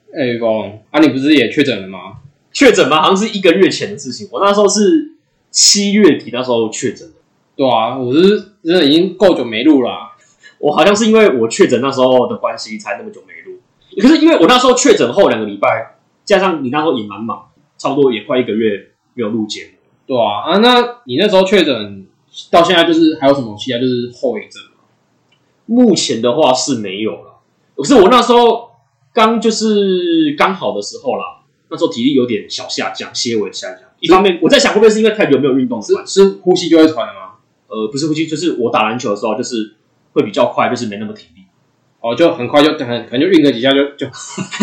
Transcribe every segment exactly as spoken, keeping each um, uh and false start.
哎，宇峰，啊，你不是也确诊了吗？ 确诊吗？好像是一个月前的事情。我那时候是七月底，那时候确诊的。 对啊，我是真的已经够久没录了、啊。 我好像是因为我确诊那时候的关系，才那么久没录。可是因为我那时候确诊后两个礼拜，加上你那时候也蛮忙，差不多也快一个月没有录节目。 对啊，啊，那你那时候确诊到现在，就是还有什么其他就是后遗症吗？ 目前的话是没有了。可是我那时候刚就是刚好的时候啦，那时候体力有点小下降，些微下降。一方面我在想，会不会是因为太久没有运动？ 是是呼吸就会喘了吗？ 呃，不是呼吸，就是我打篮球的时候，就是会比较快，就是没那么体力。 哦，就很快就很可能就运个几下就就。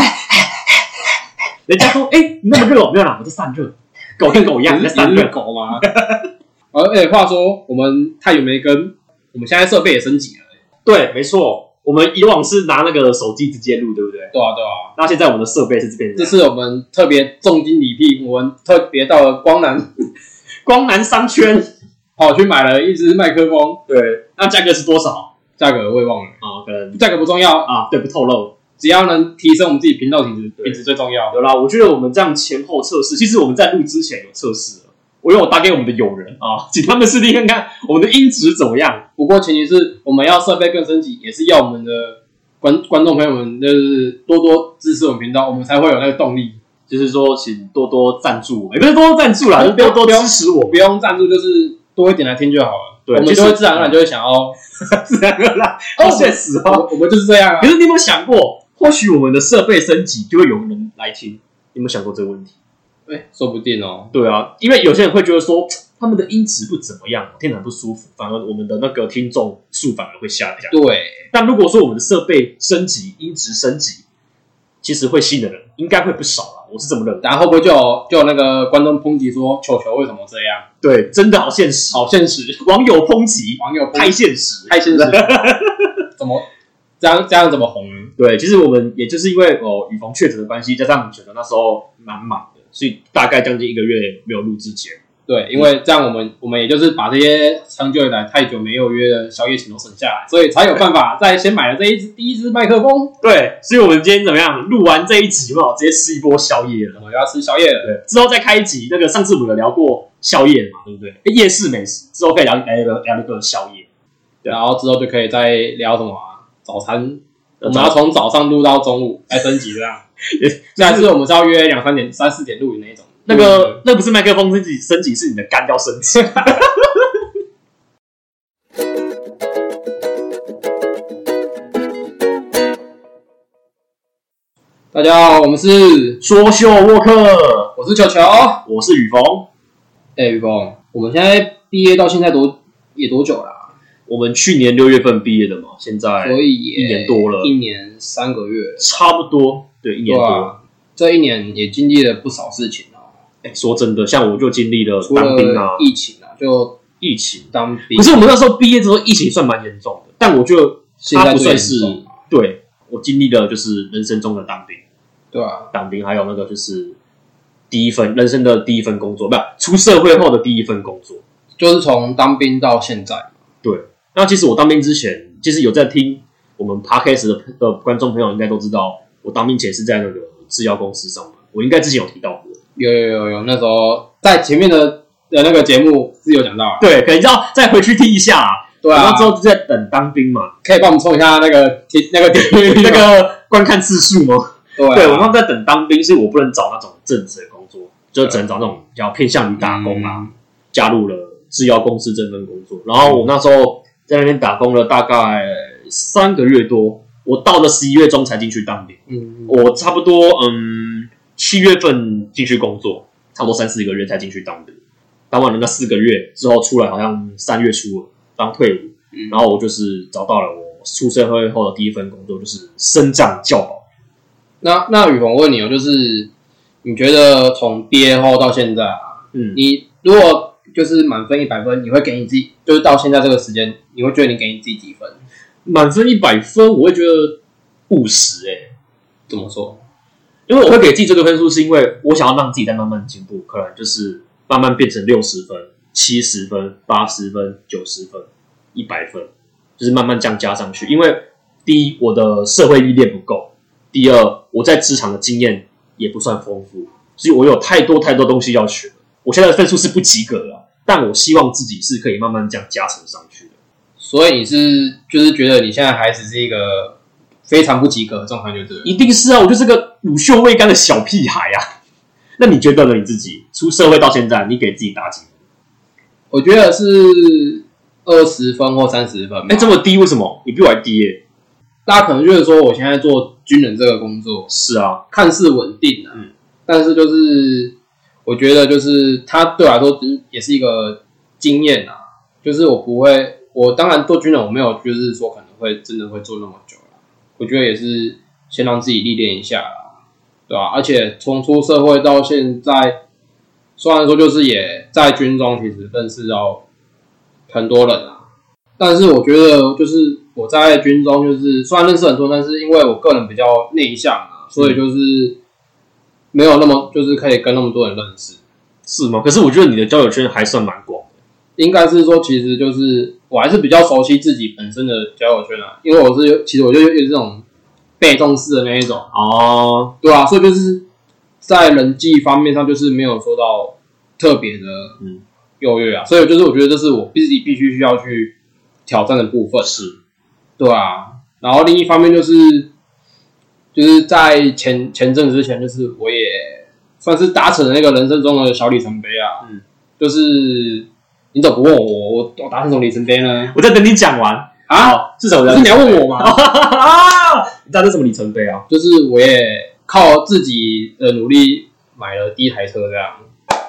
人家说，哎、欸，你那么热哦，没有啦，我在散热，狗跟狗一样，你在散热狗吗？而且、欸、话说，我们太久没跟，我们现在设备也升级了、欸。 对，没错，我们以往是拿那个手机直接录，对不对？ 对啊，对啊。 那现在我们的设备是这边， 这次我们特别重金礼聘，我们特别到了光南光南商圈， 跑去买了一支麦克风。 对，那价格是多少？ 价格我也忘了啊，可能价格不重要啊，对，不透露。 只要能提升我们自己频道品质，品质最重要。 有啦，我觉得我们这样前后测试，其实我们在录之前有测试了。我因为我打给我们的友人啊，请他们试听看看我们的音质怎么样。 不过前提是我们要设备更升级，也是要我们的观观众朋友们就是多多支持我们频道，我们才会有那个动力。 就是说，请多多赞助我们，也不是多多赞助啦，就是多多支持我， 不用赞助，就是多一点来听就好了。 对， 我们就会自然而然就会想要自然而然，好现实哦。 我们就是这样啊。 可是你有没有想过？或许我们的设备升级，就会有人来听。你有没有想过这个问题？ 哎、欸，说不定哦。 对啊，因为有些人会觉得说他们的音质不怎么样，听得很不舒服，反而我们的那个听众数反而会下降。 对。 但如果说我们的设备升级，音质升级，其实会信的人应该会不少啦。我是这么认为。 然后会不会就有就有那个观众抨击说球球为什么这样？ 对，真的好现实， 好现实。 网友抨击， 网友太现实， 太现实。怎么？这样这样怎么红呢？ 对，其实我们也就是因为哦宇峰确诊的关系，加上觉得那时候蛮忙的，所以大概将近一个月没有录制节目。 对，因为这样我们我们也就是把这些长久以来太久没有约的宵夜钱都省下来，所以才有办法再先买了这一支第一支麦克风。 对，所以我们今天怎么样？录完这一集嘛，直接吃一波宵夜了。 我们要吃宵夜了。 对，之后再开一集。那个上次我们有聊过宵夜嘛，对不对？夜市美食之后可以聊聊聊聊那个宵夜。 对，然后之后就可以再聊什么啊？早餐。我们要从早上录到中午来升级这样。下次我们是要约两三点、三四点录影那一种。 那个那不是麦克风升级，升级是你的肝要升级。 大家好，我们是说秀沃克， 我是球球， 我是雨峰。 哎、欸，雨峰，我们现在毕业到现在多也多久啦、啊？ 我们去年六月份毕业的嘛，现在所以也一年多了， 一年三个月， 差不多，对，一年多。 啊、这一年也经历了不少事情啊。 哎、欸，说真的，像我就经历了当兵啊， 疫情啊，就疫情当兵。 可是我们那时候毕业之后，疫情算蛮严重的，但我觉得它不算是，对，我经历了就是人生中的当兵， 对啊， 当兵还有那个就是第一份人生的第一份工作，不是出社会后的第一份工作， 就是从当兵到现在， 对。那其实我当兵之前，其实有在听我们 podcast 的, 的观众朋友应该都知道，我当兵前是在那个制药公司上班。我应该之前有提到过， 有有有有，那时候在前面的的那个节目是有讲到、啊， 对，可能要再回去听一下、啊。 对啊， 然后之后就在等当兵嘛， 可以帮我们冲一下那个那个那个观看次数吗？ 对、啊， 对，我刚在等当兵，所以我不能找那种正职的工作，就只能找那种比较偏向于打工啊。嗯、加入了制药公司这份工作，然后我那时候。在那边打工了大概三个月多，我到了十一月中才进去当兵。嗯，我差不多嗯七月份进去工作，差不多三四个月才进去当兵。当完了那四个月之后出来，好像三月初了当退伍、嗯，然后我就是找到了我出社会后的第一份工作，就是身障教保。 那那宇峰问你哦，就是你觉得从毕业后到现在啊，嗯，你如果就是满分一百分，你会给你自己，就是到现在这个时间，你会觉得你给你自己几分？ 满分一百分，我会觉得务实诶、欸。 怎么说？ 因为我会给自己这个分数，是因为我想要让自己再慢慢进步，可能就是慢慢变成六十分、七十分、八十分、九十分、一百分，就是慢慢这样加上去。因为第一，我的社会历练不够；第二， 我在职场的经验也不算丰富，所以我有太多太多东西要学。我现在的分数是不及格了，但我希望自己是可以慢慢这样加成上去的。 所以你是就是觉得你现在还只是一个非常不及格的状态，就对了。 一定是啊，我就是个乳臭未干的小屁孩啊。那你觉得呢？你自己出社会到现在，你给自己打几分？ 我觉得是二十分或三十分。 哎，这么低，为什么？你比我还低耶、欸？ 大家可能觉得说，我现在做军人这个工作是啊， 看似稳定啊， 嗯， 但是就是我觉得就是它对我来说也是一个经验啊。就是我不会，我当然做军人，我没有就是说可能会真的会做那么久啦。我觉得也是先让自己历练一下啦，对吧、啊？而且从出社会到现在，虽然说就是也在军中，其实认识到很多人啊，但是我觉得就是我在军中就是虽然认识很多人，但是因为我个人比较内向啊，所以就是没有那么就是可以跟那么多人认识。 是吗？可是我觉得你的交友圈还算蛮广的。 应该是说，其实就是我还是比较熟悉自己本身的交友圈啊，因为我是其实我就有这种被动式的那一种哦， 对啊，所以就是在人际方面上就是没有说到特别的嗯优越啊，所以就是我觉得这是我自己必须需要去挑战的部分， 是， 对啊。然后另一方面就是就是在前前阵之前，就是我也算是达成了那个人生中的小里程碑啊，嗯，就是你怎么不问我，我我达成什么里程碑呢？ 我在等你讲完啊， 至少我不是你要问我吗？ 你达成什么里程碑啊？ 就是我也靠自己的努力买了第一台车，这样。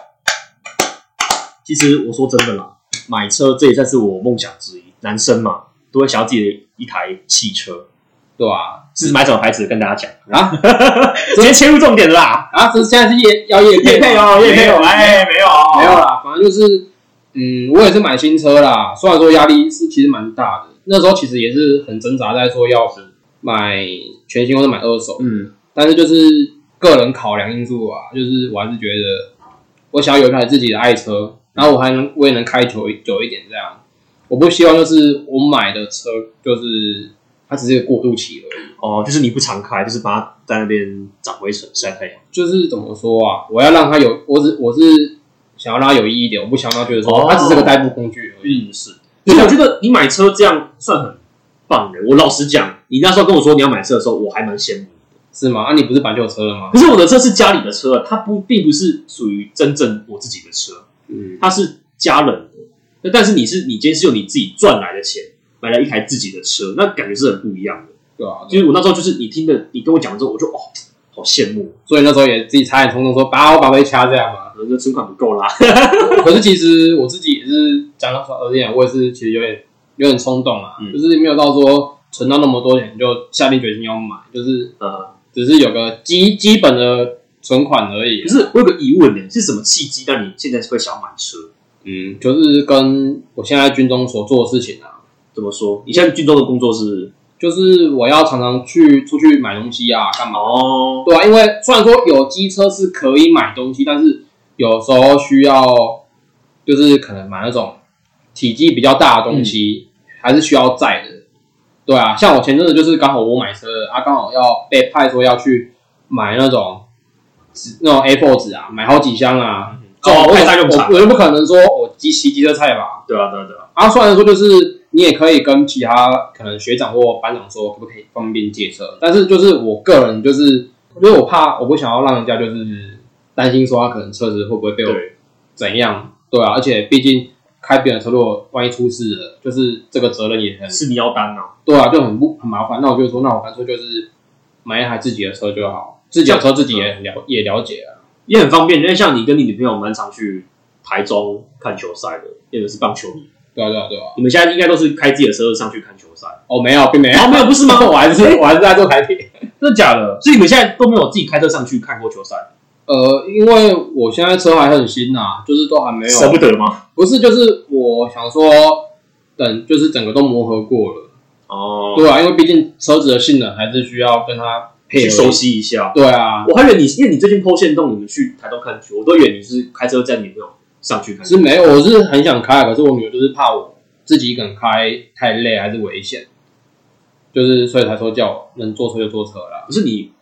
其实我说真的啦，买车这也算是我梦想之一。男生嘛，都会想要自己的一台汽车， 对吧？ 是买什么牌子？跟大家讲啊， 直接切入重点了啦！ 啊，这现在是业要业配业配哦，业配哦，哎，没有没有啦，反正就是，嗯，我也是买新车啦。虽然说压力是其实蛮大的，那时候其实也是很挣扎，在说要买全新或者买二手，嗯，但是就是个人考量因素啊，就是我还是觉得我想要有一台自己的爱车，然后我还能我也能开久久一点这样。我不希望就是我买的车就是它只是一个过渡期而已。 哦，就是你不常开，就是把它在那边长灰尘、晒太阳。 就是怎么说啊？我要让它有，我只我是想要让它有意义一点，我不想让它觉得说、哦、它只是个代步工具而已。 嗯，是。所以我觉得你买车这样算很棒的。我老实讲，你那时候跟我说你要买车的时候，我还蛮羡慕的。 是吗？啊，你不是本来就有车了吗？ 可是我的车是家里的车，它不并不是属于真正我自己的车，嗯，它是家人的。但是你是你今天是用你自己赚来的钱买了一台自己的车，那感觉是很不一样的， 对啊。 就是我那时候就是你听的，你跟我讲之后，我就哦，好羡慕。 所以那时候也自己差点冲动说把我把杯掐这样嘛， 可能这存款不够啦。 可是其实我自己也是讲到而言，我也是其实有点有点冲动啊、嗯，就是没有到说存到那么多钱就下定决心要买，就是呃，只是有个基基本的存款而已。 可是我有个疑问呢，是什么契机让你现在会想要买车？ 嗯，就是跟我现在军中所做的事情啊。 怎么说？你现在军中的工作是？ 就是我要常常去出去买东西啊，干嘛？ 哦， 对啊，因为虽然说有机车是可以买东西，但是有时候需要就是可能买那种体积比较大的东西，嗯、还是需要载的。对啊，像我前阵子就是刚好我买车啊，刚好要被派说要去买那种那种 A 四 纸啊，买好几箱啊。嗯哦，派上用场， 我又不可能说我骑骑机车菜吧？ 对啊，对啊，对啊。 啊，虽然说就是你也可以跟其他可能学长或班长说可不可以方便借车，但是就是我个人就是，因为我怕我不想要让人家就是担心说他可能车子会不会被我怎样，对啊，而且毕竟开别人的车，如果万一出事了，就是这个责任也很是你要担啊， 对啊，就很不很麻烦。那我就说，那我干脆就是买一台自己的车就好，自己的车自己也了也了解啊。 也很方便，因为像你跟你女朋友蛮常去台中看球赛的，因为是棒球迷。 对啊，对啊，对啊。 你们现在应该都是开自己的车上去看球赛？ 哦，没有，并没有。 哦，没有，不是吗？ 我还是我还是在做台铁。 真的假的？所以你们现在都没有自己开车上去看过球赛？ 呃，因为我现在车还很新呐、啊，就是都还没有。 舍不得吗？ 不是，就是我想说，等就是整个都磨合过了。哦。对啊，因为毕竟车子的性能还是需要跟它。 去熟悉一下， 对啊， 我还以为你，因为你最近剖线洞，你们去台东看球，我都以为你是开车载女朋友上去看球。 是没有，我是很想开，可是我女儿就是怕我自己一个人开太累还是危险，就是所以才说叫我能坐车就坐车啦。 可是你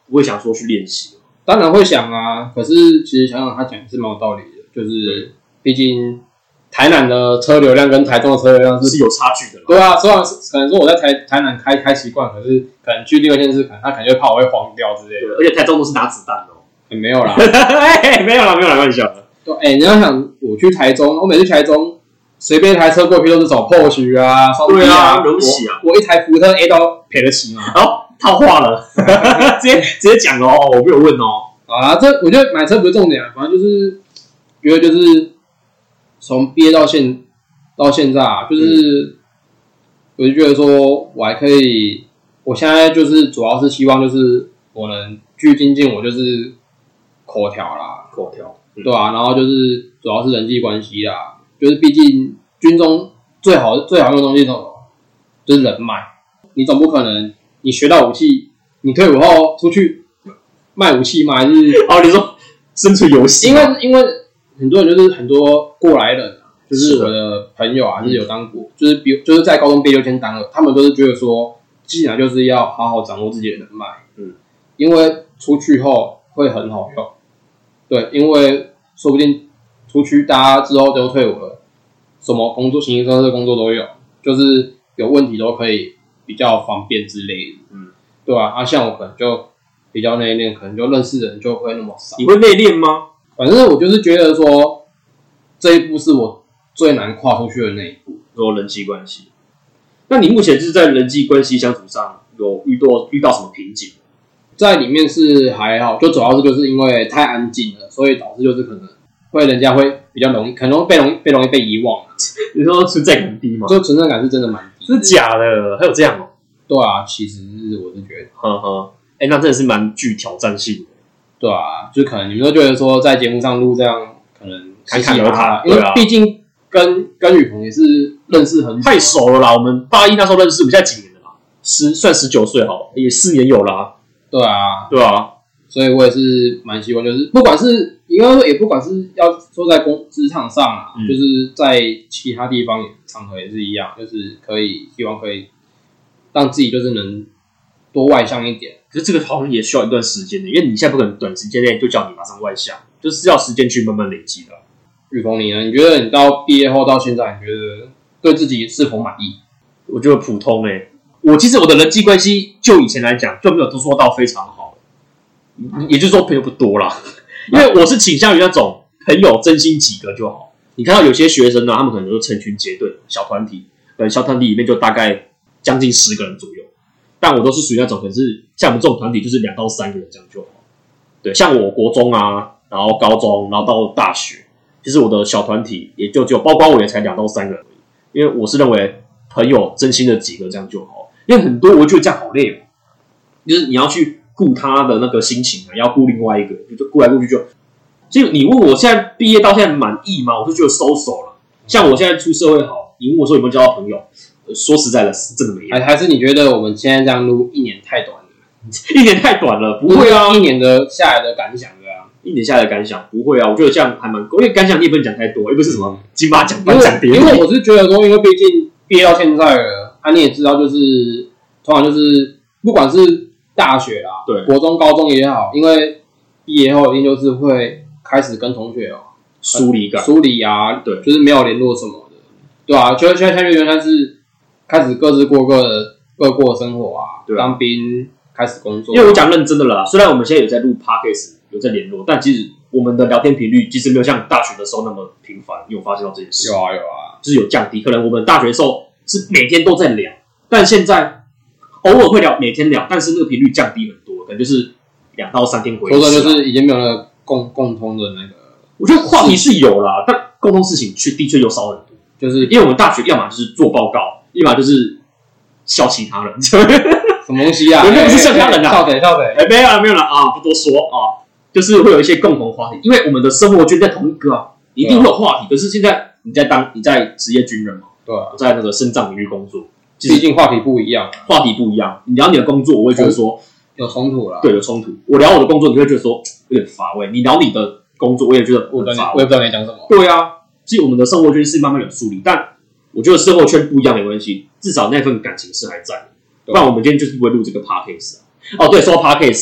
不会想说去练习？ 当然会想啊，可是其实想想他讲的是蛮有道理的，就是毕竟台南的车流量跟台中的车流量 是, 是有差距的。 对啊，虽然可能说我在台台南开开习惯，可是可能去另外一件事，可能他可能就怕我会黄掉之类的。 而且台中都是拿子弹哦、 欸，没有啦， 没有啦，没有啦，开玩笑的。 对，哎、欸，你要想我去台中，我每次去台中，随便一台车过去都是走 Porsche 啊， 对啊，了不起啊！ 我, 我一台福特 A 都赔得起吗？ 哦，套话了，直接直接讲哦，我没有问哦。 啊，这我觉得买车不是重点啊，反正就是觉得就是从毕业到现到现在啊，就是、嗯、我就觉得说我还可以，我现在就是主要是希望就是我能去精进我就是口条啦， 口条、 嗯、对啊，然后就是主要是人际关系啦，就是毕竟军中最好最好用的东西是什么？就是人脉，你总不可能你学到武器，你退伍后出去卖武器吗？还是哦？你说生存游戏？ 因为因为很多人就是很多过来人啊，就是我的朋友啊，就是有当过，就是比就是在高中毕业就先当了，他们都是觉得说，进来就是要好好掌握自己的人脉，嗯，因为出去后会很好用，对，因为说不定出去大家之后都退伍了，什么工作形形色色的工作都有，就是有问题都可以比较方便之类的，嗯，对吧、啊？啊，像我可能就比较内敛，可能就认识的人就会那么少。 你会内敛吗？ 反正我就是觉得说，这一步是我最难跨出去的那一步， 说人际关系。那你目前就是在人际关系相处上有遇到遇到什么瓶颈？ 在里面是还好，就主要是就是因为太安静了，所以导致就是可能会人家会比较容易，可能被容易被容易被遗忘。 你说存在感低吗？ 就存在感是真的蛮低的， 是假的，还有这样哦？ 对啊，其实我是觉得， 呵呵。哎、欸，那真的是蛮具挑战性的。 对啊，就可能你们都觉得说在节目上录这样，可能侃侃而谈， 因为毕竟跟跟宇鹏也是认识很久， 太熟了啦。我们大一那时候认识，我们现在几年了啦？十算十九岁好了，也四年有啦。 对啊， 对啊， 所以我也是蛮希望，就是不管是应该说也不管是要说在工职场上啊、嗯，就是在其他地方场合也是一样，就是可以希望可以让自己就是能多外向一点。 可是这个好像也需要一段时间的，因为你现在不可能短时间内就叫你马上外向，就是要时间去慢慢累积的。 宇鹏，你呢？你觉得你到毕业后到现在，你觉得对自己是否满意？ 我觉得普通诶、欸。我其实我的人际关系就以前来讲就没有都说到非常好，也就是说朋友不多啦。因为我是倾向于那种朋友真心几个就好。你看到有些学生呢，他们可能就成群结队小团体，可能小团体里面就大概将近十个人左右。但我都是属于那种，可是像我们这种团体就是两到三个人这样就好。对，像我国中啊，然后高中，然后到大学，其实我的小团体也就只有，包括我也才两到三个人而已。因为我是认为朋友真心的几个这样就好，因为很多我觉得这样好累哦，就是你要去顾他的那个心情啊，要顾另外一个，就顾来顾去就。所以你问我现在毕业到现在满意吗？我就觉得收手了。像我现在出社会好，你问我说有没有交到朋友？说实在的，是真的没有。 还还是你觉得我们现在这样录一年太短了？ 一年太短了，不会啊！ 一年的下来的感想对啊， 一年下来的感想不会啊，我觉得这样还蛮够，因为感想你也不能讲太多，又不是什么金马奖颁奖典礼。 因为我是觉得说，因为毕竟毕业到现在了，啊你也知道，就是通常就是不管是大学啦， 对， 国中、高中也好，因为毕业后一定就是会开始跟同学哦疏离感、 疏离啊， 对， 就是没有联络什么的，对啊，就现在现在就原来是。开始各自过各的各过的生活啊， 对啊， 当兵开始工作。 因为我讲认真的了啦，虽然我们现在有在录 podcast 有在联络，但其实我们的聊天频率其实没有像大学的时候那么频繁。你有发现到这件事？ 有啊有啊， 就是有降低。可能我们大学的时候是每天都在聊，但现在偶尔会聊，每天聊，但是那个频率降低很多，可能就是两到三天回一次。 说的就是已经没有那个共共通的那个， 我觉得话题是有啦，但共通事情却的确又少很多。就是因为我们大学要么就是做报告。立马就是笑其他人，什么东西啊？ 我那不是笑其他人啊， 笑谁笑谁？ 哎，没有了，没有了啊，不多说啊，就是会有一些共同话题，因为我们的生活圈在同一个啊，一定会有话题。可是现在你在当你在职业军人嘛， 对啊， 在那个生藏领域工作， 毕竟话题不一样， 话题不一样。你聊你的工作，我会觉得说有冲突了， 对，有冲突。我聊我的工作，你会觉得说有点乏味；你聊你的工作，我也觉得很乏味。 我也不知道你讲什么。 对啊，所以我们的生活圈是慢慢有梳理，但。我觉得生活圈不一样没关系，至少那份感情是还在的。不然我们今天就是不会录这个 podcast 啊。哦，对，说到 podcast，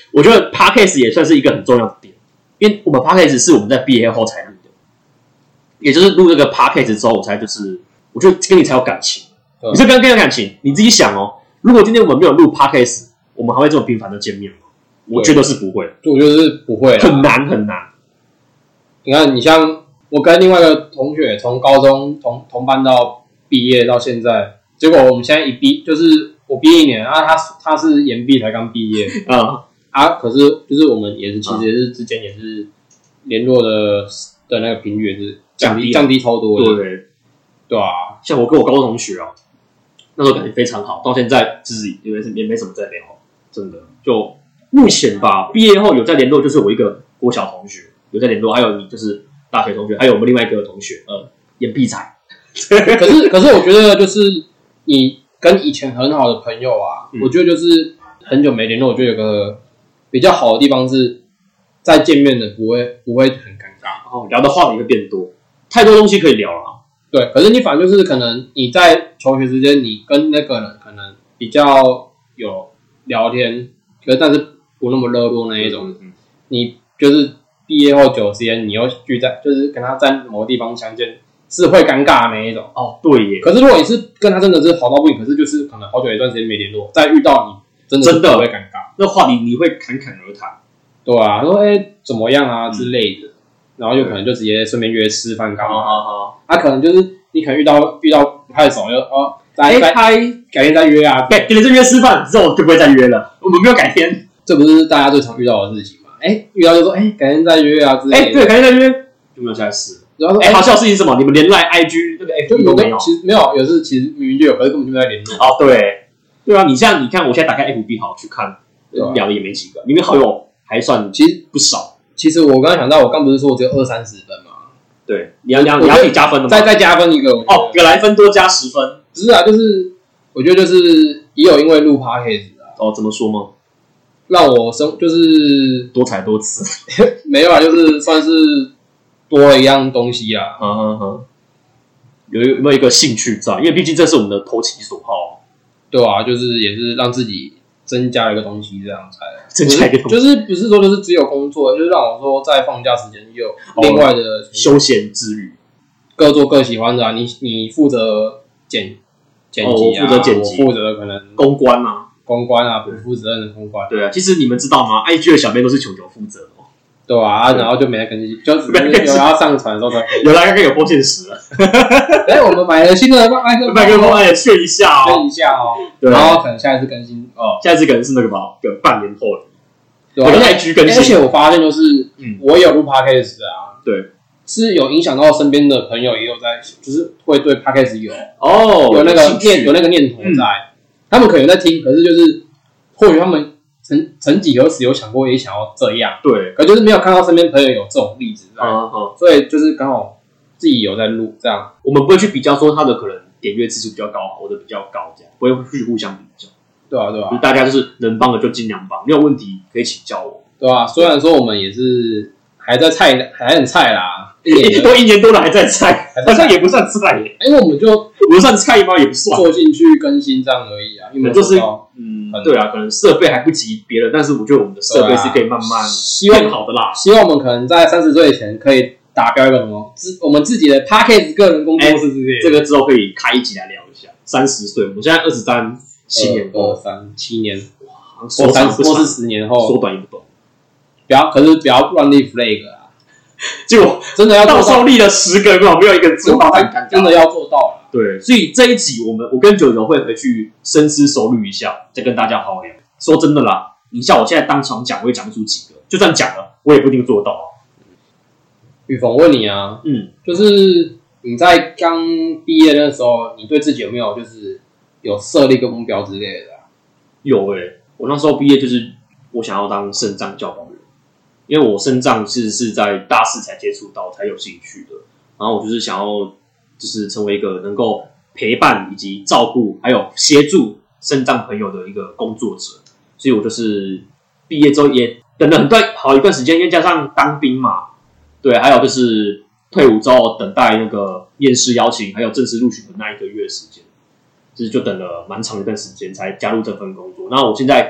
我觉得 Podcast 也算是一个很重要的点，因为我们 Podcast 是我们在毕业后才录的，也就是录这个 Podcast 之后，我才就是我觉得跟你才有感情。你是跟跟有感情，你自己想哦。如果今天我们没有录 Podcast， 我们还会这么频繁的见面吗？我觉得是不会， 我觉得是不会， 很难很难。 你看，你像我跟另外一个同学从高中同同班到毕业到现在，结果我们现在一毕就是我毕业一年啊，他他是延毕才刚毕业啊啊，可是就是我们也是其实也是之间也是联络的的那个频率也是降低降低超多的， 对对啊， 像我跟我高中同学啊。那时候感情非常好，到现在其实也没也没什么在聊，真的。就目前吧，毕业后有在联络，就是我一个国小同学有在联络，还有你就是大学同学，还有我们另外一个同学，呃，延毕仔。 可是可是我觉得就是你跟以前很好的朋友啊，嗯、我觉得就是很久没联络，我觉得有个比较好的地方是，再见面的不会不会很尴尬， 然后聊的话题会变多，太多东西可以聊了。 对，可是你反正就是可能你在求学时间，你跟那个人可能比较有聊天，可是但是不那么热络那一种。嗯、你就是毕业后久时间，你又聚在，就是跟他在某个地方相见，是会尴尬的那一种。 哦，对耶。 可是如果你是跟他真的是好到不行，可是就是可能好久一段时间没联络，再遇到你，真的真的会尴尬。 那话题你会侃侃而谈， 对啊，说哎、欸、怎么样啊之类的。嗯然后就可能就直接顺便约吃饭干嘛？好好好，他、啊、可能就是你可能遇到遇到不太熟，就哦，再再改天再约啊， 改改天再约吃饭，之后就不会再约了。我们没有改天， 这不是大家最常遇到的事情吗？哎，遇到就说哎，改天再约啊之类的。 哎，对，改天再约就没有下来事。然后说哎，好笑的事情是什么？你们连赖 I G 那个 F B 都没有， 其实没有，有时其实明明就有，可是根本就没在联络。 哦，对，对啊，你像你看，我现在打开 F B 好去看，聊的也没几个，里面好友还算其实不少。 其实我刚刚想到，我刚不是说我只有二三十分吗？ 对，你要你要你要自己加分的吗？ 再再加分一个哦，格莱芬多加十分。 不是啊，就是我觉得就是也有因为录 podcast 啊。 哦，怎么说吗？ 让我生就是多才多姿， 没有啊，就是算是多了一样东西啊。 嗯哼哼，有有没有一个兴趣在？因为毕竟这是我们的投其所好。 对啊，就是也是让自己增加一个东西，这样才增加一个东西， 就是不是说就是只有工作，就是让我说在放假时间也有另外的、哦、 休闲之余， 各做各喜欢的啊。你你负责剪剪辑啊， 哦、我负责剪辑， 我负责可能公关啊， 公关啊，不负责任的公关。 对啊，其实你们知道吗 ？I G 的小编都是球球负责的、哦。 对啊，然后就没来更新，就只是有要上传的时候才有来该有破现实了。 哎，我们买了新的麦克麦克风，哎，炫一下哦， 炫一下哦。然后可能下一次更新哦， 下一次可能是那个吧，有半年后的。 对啊， 我的 I G 更新。 而且我发现就是，嗯，我也有录 podcast 啊， 对， 是有影响到身边的朋友，也有在，就是会对 podcast 有哦， 有那个念有那个念头在，他们可能在听，可是就是或许他们。曾曾几何时有想过也想要这样， 对， 可就是没有看到身边朋友有这种例子在， 嗯嗯， 所以就是刚好自己有在录这样， 我们不会去比较说他的可能点阅次数比较高，我的比较高，这样不会去互相比较， 对啊对啊， 大家就是能帮的就尽量帮，没有问题可以请教我， 对啊，虽然说我们也是还在菜，还很菜啦， 一年多一年多了还在菜，好像也不算菜耶， 因为我们就不算菜吗？也不算， 做进去更新这样而已啊，因为就是嗯。对啊，可能设备还不及别人，但是我觉得我们的设备是可以慢慢变好的啦。 希望我们可能在三十岁前可以达标一个什么，我们自己的 Podcast 个人工作室之类的。 这个之后可以开一集来聊一下。三十岁，我们现在二十三，七年后， 二三七年， 哇，说长或是十年后， 说短也不短。 不要，可是不要乱立 flag 啊！ 结果真的要到时候立了十个，没有一个做到， 真的要做到了。 对，所以这一集我们我跟九九会回去深思熟虑一下，再跟大家好好聊。说真的啦，你像我现在当场讲，我也讲不出几个，就算讲了，我也不一定做得到啊。 宇峰问你啊，嗯，就是你在刚毕业的时候，你对自己有没有就是有设立一个目标之类的、啊？ 有诶、欸，我那时候毕业就是我想要当肾脏教保员，因为我肾脏其实是在大四才接触到，才有兴趣的，然后我就是想要。就是成为一个能够陪伴以及照顾，还有协助肾脏朋友的一个工作者，所以我就是毕业之后也等了很段好一段时间，因为加上当兵嘛，对，还有就是退伍之后等待那个面试邀请，还有正式录取的那一个月时间，就是就等了蛮长一段时间才加入这份工作。那我现在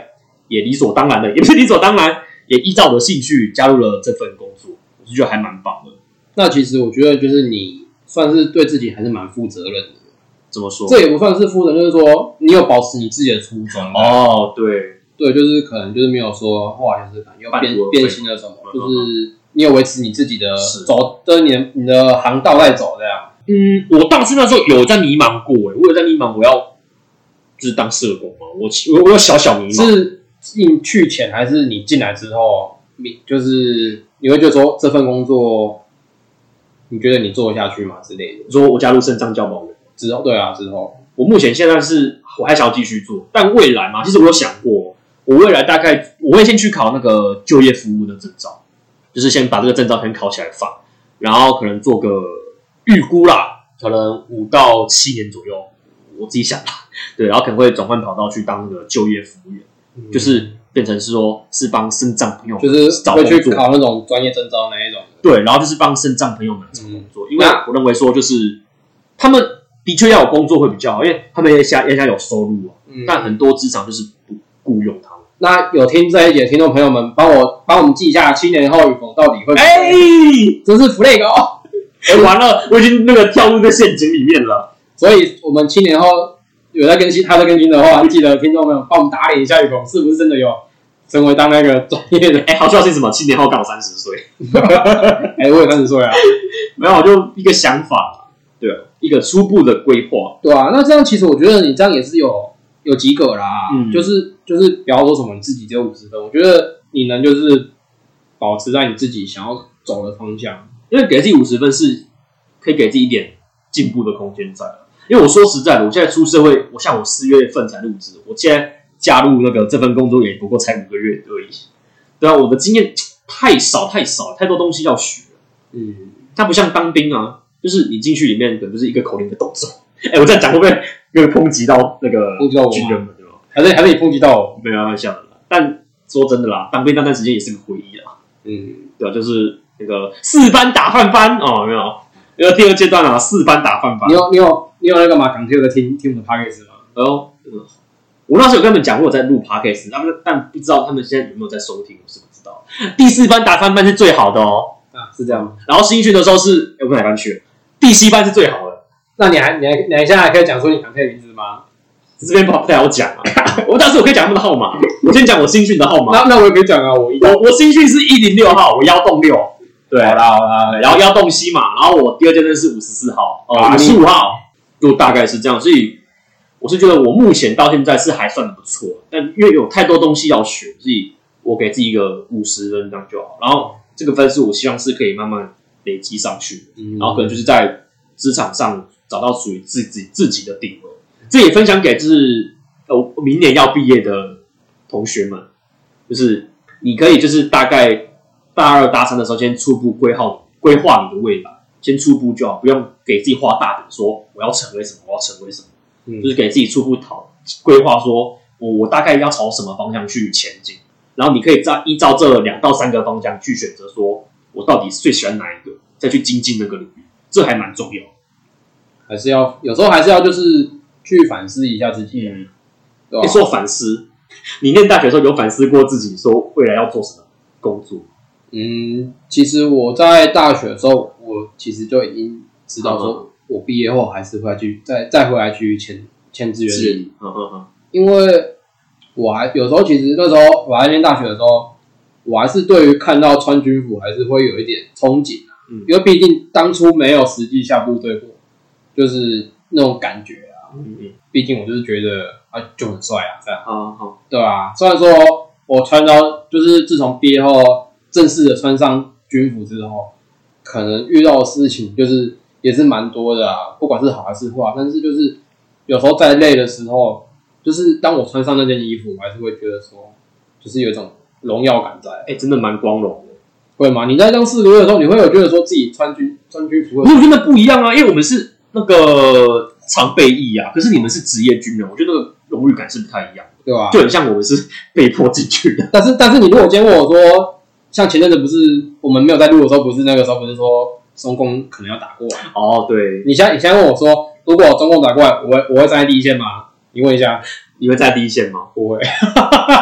也理所当然的，也不是理所当然，也依照我的兴趣加入了这份工作，我是觉得还蛮棒的。 那其实我觉得就是你算是对自己还是蛮负责任的。 怎么说？ 这也不算是负责任，就是说你有保持你自己的初衷。 哦，对对，就是可能就是没有说后来就是可能又变变心了什么，就是你有维持你自己的走，就是你的你的航道在走这样。 嗯，我当时那时候有在迷茫过，哎，我有在迷茫，我要就是当社工嘛，我我我有小小迷茫。 是进去前还是你进来之后，你就是你会觉得说这份工作，你觉得你做得下去吗之类的？ 你说我加入肾脏教保员之后，对啊，之后我目前现在是我还想要继续做，但未来嘛，其实我有想过，我未来大概我会先去考那个就业服务的证照，就是先把这个证照先考起来放，然后可能做个预估啦，可能五到七年左右，我自己想啦，对，然后可能会转换跑道去当那个就业服务员，嗯、就是变成是说是帮肾脏朋友们就是会去考那种专业证照那一种， 对，然后就是帮肾脏朋友们找工作，嗯、因为我认为说就是他们的确要有工作会比较好，因为他们也想也想有收入啊，嗯、但很多职场就是不雇佣他们。 那有听这一节的听众朋友们，帮我帮我们记一下七年后与否到底会不会？ 哎， 这是 flag 哦！ 哎，完了，我已经那个跳入在陷阱里面了。 所以，我们七年后有在更新，他在更新的话，记得听众朋友帮我们打脸一下与否，是不是真的有成为当那个专业的？ 哎，好笑是什么？七年后刚好三十岁。 哎，我也三十岁啊， 没有，就一个想法，对，一个初步的规划， 对啊。那这样其实我觉得你这样也是有有及格啦，嗯、就是就是不要说什么你自己只有五十分，我觉得你能就是保持在你自己想要走的方向。 因为给自己五十分是可以给自己一点进步的空间在。因为我说实在的，我现在出社会，我像我四月份才入职，我现在加入那个这份工作也不过才五个月而已。对啊，我的经验太少太少，太多东西要学了。嗯，它不像当兵啊，就是你进去里面可能就是一个口令的动作。哎、欸，我这样讲会不会有抨击到那个军人们？对吧？ 还是还是你抨击到我？ 没有开玩笑的啦。但说真的啦，当兵那段时间也是个回忆啦。嗯，对啊，就是那个四班打饭班哦，有没有？因为第二阶段啊，四班打饭班。 你有你有你有那个吗？港铁的听听我们的 podcast 吗？ 然后、呃，我那时候有跟他们讲过我在录 podcast， 他们但不知道他们现在有没有在收听，我是不知道。第四班打饭班是最好的哦， 啊，是这样吗？ 然后新训的时候是，哎，我哪班去了？第七班是最好的。 那你还你还你还现在还可以讲出你港铁的名字吗？ 这边不好太好讲啊。我当时我可以讲他们的号码，我先讲我新训的号码。 那那我也可以讲啊，我我我新训是一零六号，我幺洞六。对， 好啦好啦， 然后要洞西嘛，然后我第二阶段是五十四号，哦，五十五号，就大概是这样。所以我是觉得我目前到现在是还算不错，但因为有太多东西要学，所以我给自己一个五十分这样就好。然后这个分数我希望是可以慢慢累积上去，嗯、然后可能就是在职场上找到属于自己自己的定位。这也分享给就是呃明年要毕业的同学们，就是你可以就是大概。大二、大三的时候，先初步规划规划你的未来，先初步就好，不用给自己画大饼，说我要成为什么，我要成为什么，嗯、就是给自己初步讨规划，说我我大概要朝什么方向去前进，然后你可以再依照这两到三个方向去选择，说我到底最喜欢哪一个，再去精进那个领域，这还蛮重要。 还是要有时候还是要就是去反思一下自己。嗯， 对吧？你说反思，你念大学的时候有反思过自己，说未来要做什么工作？ 嗯，其实我在大学的时候，我其实就已经知道说，我毕业后还是会去再再回来去签签志愿役，因为我还有时候其实那时候我还念大学的时候，我还是对于看到穿军服还是会有一点憧憬啊，嗯、因为毕竟当初没有实际下部队过，就是那种感觉啊，嗯嗯，毕竟我就是觉得啊就很帅啊，这样，好好，对吧？虽然说我穿到就是自从毕业后。正式的穿上军服之后，可能遇到的事情就是也是蛮多的啊，不管是好还是坏，但是就是有时候在累的时候，就是当我穿上那件衣服，我还是会觉得说，就是有一种荣耀感在， 哎、欸，真的蛮光荣的， 会吗？你在当四个月的时候，你会有觉得说自己穿军穿军服， 我觉得不一样啊，因为我们是那个常备役啊，可是你们是职业军人，我觉得那个荣誉感是不太一样的， 对吧？ 就很像我们是被迫进去的， 但是但是你如果今天问我说。像前阵子不是我们没有在录的时候，不是那个时候不是说中共可能要打过来哦？对， 你现在你现在问我说，如果中共打过来，我会我会站在第一线吗？你问一下， 你会在第一线吗？ 不会。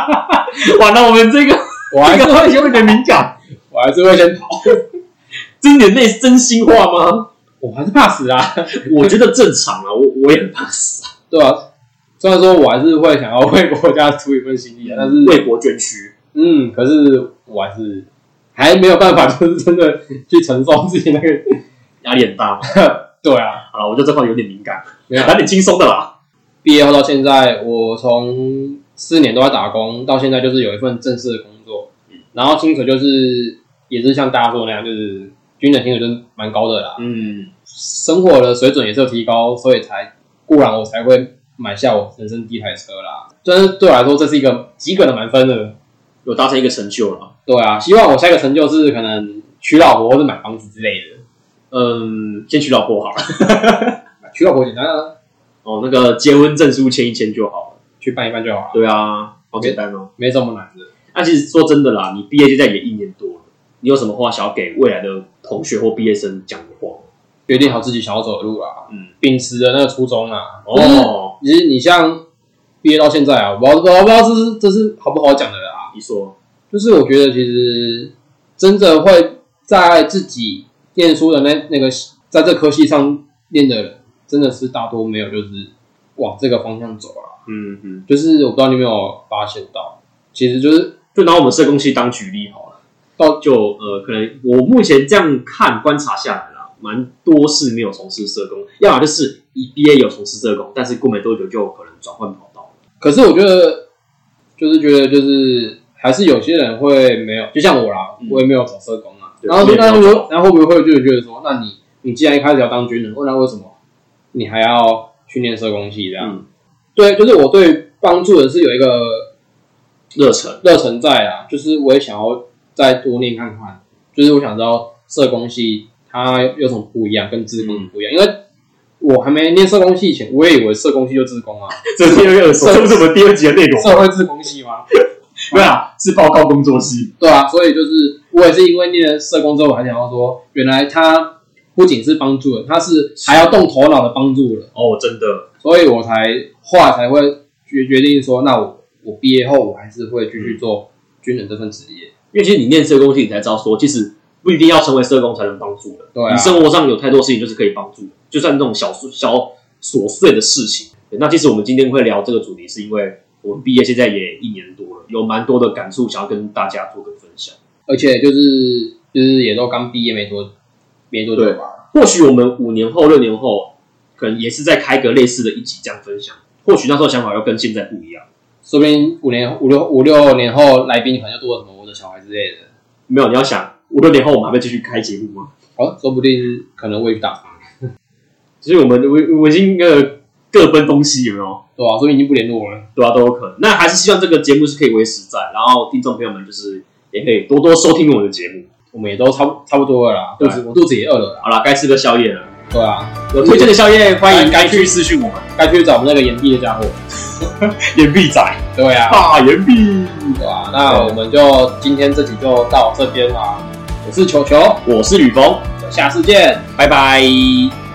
完了，我们这个我还是会有点敏感， 我还是会先跑。 这是你的内真心话吗？ 我还是怕死啊。 我觉得正常啊，我我也很怕死啊。 对啊，虽然说我还是会想要为国家出一份心力啊，但是为国捐躯。 嗯，可是我还是还没有办法，就是真的去承受自己那个压力很大嘛。 对啊， 好了，我对这块有点敏感，来点轻松的啦。 毕业后到现在，我从四年都在打工，到现在就是有一份正式的工作，嗯、然后薪水就是也是像大家说的那样，就是军人薪水就是蛮高的啦。嗯，生活的水准也是有提高，所以才固然我才会买下我人生第一台车啦。但是对我来说，这是一个及格的满分的， 有达成一个成就了。 对啊，希望我下一个成就是可能娶老婆或者买房子之类的。 嗯，先娶老婆好了。 娶老婆简单啊。 哦，那个结婚证书签一签就好了， 去办一办就好了。 对啊，好简单哦， 没什么难的。 那、啊、其实说真的啦，你毕业现在也一年多了，你有什么话想要给未来的同学或毕业生讲的话？ 决定好自己想要走的路啦，嗯，秉持的那个初衷啦。 哦， 其实你像毕业到现在啊，我不知道不知道这是这是好不好讲的啦。 你说， 就是我觉得其实真的会在自己念书的那那个在这科系上念的人。真的是大多没有，就是往这个方向走啦。嗯嗯，就是我不知道你有没有发现到，其实就是就拿我们社工系当举例好了。到就呃，可能我目前这样看观察下来啦，蛮多是没有从事社工，要么就是一毕业有从事社工，但是过没多久就可能转换跑道。 可是我觉得，就是觉得就是还是有些人会没有，就像我啦，嗯、我也没有走社工啊。然后那会然后会不会就觉得说，那你你既然一开始要当军人，那为什么？你还要去念社工系这样、嗯，对，就是我对帮助人是有一个热忱， 热忱在啦，就是我也想要再多念看看，就是我想知道社工系它有什么不一样，跟志工不一样，嗯、因为我还没念社工系以前，我也以为社工系就志工啊， 这是第二社，这是我们第二集的内容， 社会志工系吗？ 对啊，是报告工作系， 对啊，所以就是我也是因为念了社工之后，我还想要说，原来他。不仅是帮助人，他是还要动头脑的帮助人哦，真的， 所以我才后来才会决决定说，那我我毕业后我还是会继续做军人这份职业， 因为其实你念社工系，你才知道说，其实不一定要成为社工才能帮助人，对、啊，你生活上有太多事情就是可以帮助人，就算这种小小琐碎的事情。那其实我们今天会聊这个主题，是因为我们毕业现在也一年多了，有蛮多的感触想要跟大家做个分享， 而且就是就是也都刚毕业没多。没多久吧， 或许我们五年后、六年后，可能也是在开个类似的一集这样分享。或许那时候想法又跟现在不一样， 说不定五年、五六、五六年后，来宾可能就多了什么我的小孩之类的。 没有，你要想五六年后我们还会继续开节目吗？ 哦，说不定可能我也打算。 所以我们我我已经呃各分东西有没有？ 对啊，所以已经不联络了， 对啊，都有可能。那还是希望这个节目是可以维持在，然后听众朋友们就是也可以多多收听我的节目。 我们也都差不差不多了啦，肚子我肚子也饿了啦。 好啦，该吃个宵夜了。 对啊， 有推荐的宵夜，欢迎该去私讯我们， 该去找我们那个岩壁的家伙， 岩壁仔。 对啊， 大岩壁， 对啊。那我们就今天这集就到这边啦。我是球球， 我是吕峰， 下次见， 拜拜。